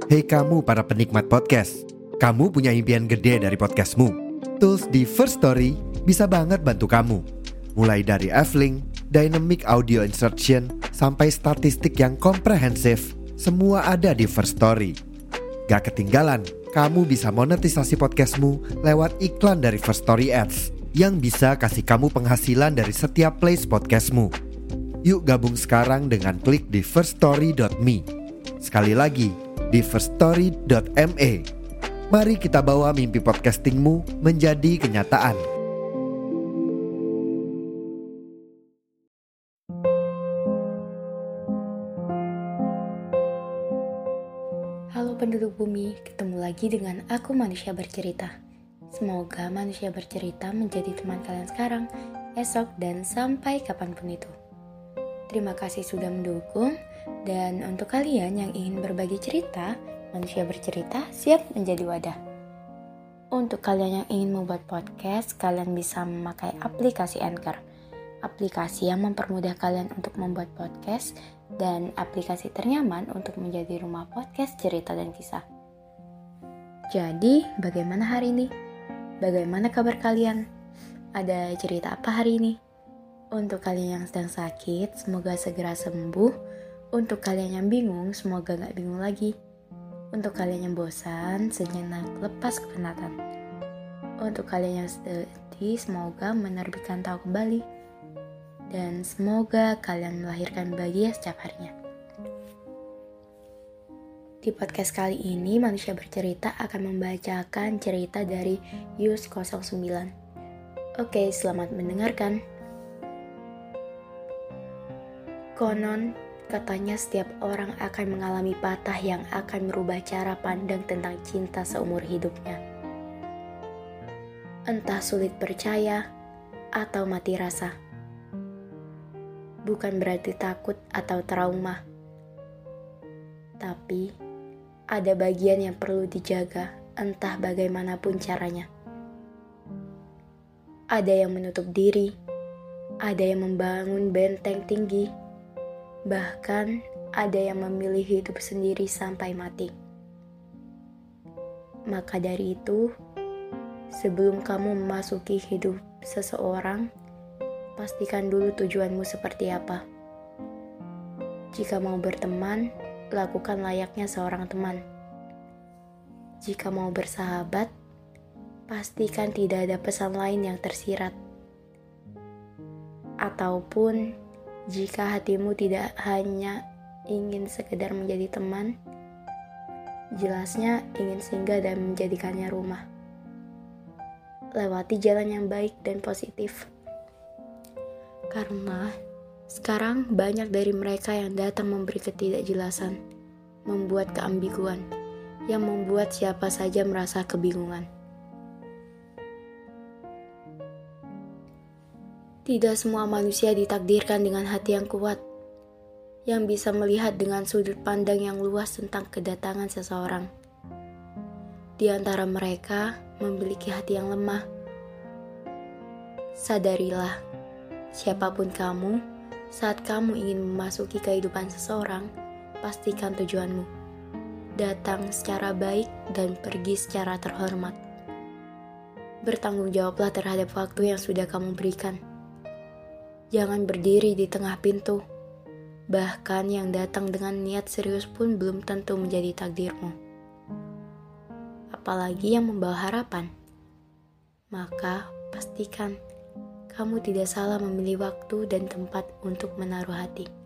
Hei kamu para penikmat podcast, kamu punya impian gede dari podcastmu. Tools di First Story bisa banget bantu kamu. Mulai dari F-Link, Dynamic Audio Insertion, sampai statistik yang komprehensif, semua ada di First Story. Gak ketinggalan, kamu bisa monetisasi podcastmu lewat iklan dari First Story Ads yang bisa kasih kamu penghasilan dari setiap plays podcastmu. Yuk gabung sekarang dengan klik di firststory.me. Sekali lagi, di firststory.me. Mari kita bawa mimpi podcastingmu menjadi kenyataan. Halo penduduk bumi, ketemu lagi dengan aku Manusia Bercerita. Semoga Manusia Bercerita menjadi teman kalian sekarang, esok, dan sampai kapanpun itu. Terima kasih sudah mendukung, dan untuk kalian yang ingin berbagi cerita, Manusia Bercerita siap menjadi wadah. Untuk kalian yang ingin membuat podcast, kalian bisa memakai aplikasi Anchor. Aplikasi yang mempermudah kalian untuk membuat podcast dan aplikasi ternyaman untuk menjadi rumah podcast cerita dan kisah. Jadi, bagaimana hari ini? Bagaimana kabar kalian? Ada cerita apa hari ini? Untuk kalian yang sedang sakit, semoga segera sembuh. Untuk kalian yang bingung, semoga gak bingung lagi. Untuk kalian yang bosan, sejenak lepas kepenatan. Untuk kalian yang sedih, semoga menerbitkan tahu kembali. Dan semoga kalian melahirkan bahagia setiap harinya. Di podcast kali ini, Manusia Bercerita akan membacakan cerita dari Yus09. Oke, selamat mendengarkan. Konon, katanya setiap orang akan mengalami patah yang akan merubah cara pandang tentang cinta seumur hidupnya. Entah sulit percaya atau mati rasa. Bukan berarti takut atau trauma. Tapi, ada bagian yang perlu dijaga entah bagaimanapun caranya. Ada yang menutup diri, ada yang membangun benteng tinggi, bahkan ada yang memilih hidup sendiri sampai mati. Maka dari itu, sebelum kamu memasuki hidup seseorang, pastikan dulu tujuanmu seperti apa. Jika mau berteman, lakukan layaknya seorang teman. Jika mau bersahabat, pastikan tidak ada pesan lain yang tersirat. Ataupun jika hatimu tidak hanya ingin sekedar menjadi teman, jelasnya ingin singgah dan menjadikannya rumah. Lewati jalan yang baik dan positif. Karena sekarang banyak dari mereka yang datang memberi ketidakjelasan, membuat keambiguan, yang membuat siapa saja merasa kebingungan. Tidak semua manusia ditakdirkan dengan hati yang kuat, yang bisa melihat dengan sudut pandang yang luas tentang kedatangan seseorang. Di antara mereka memiliki hati yang lemah. Sadarilah, siapapun kamu, saat kamu ingin memasuki kehidupan seseorang, pastikan tujuanmu. Datang secara baik dan pergi secara terhormat. Bertanggung jawablah terhadap waktu yang sudah kamu berikan. Jangan berdiri di tengah pintu. Bahkan yang datang dengan niat serius pun belum tentu menjadi takdirmu. Apalagi yang membawa harapan. Maka pastikan kamu tidak salah memilih waktu dan tempat untuk menaruh hati.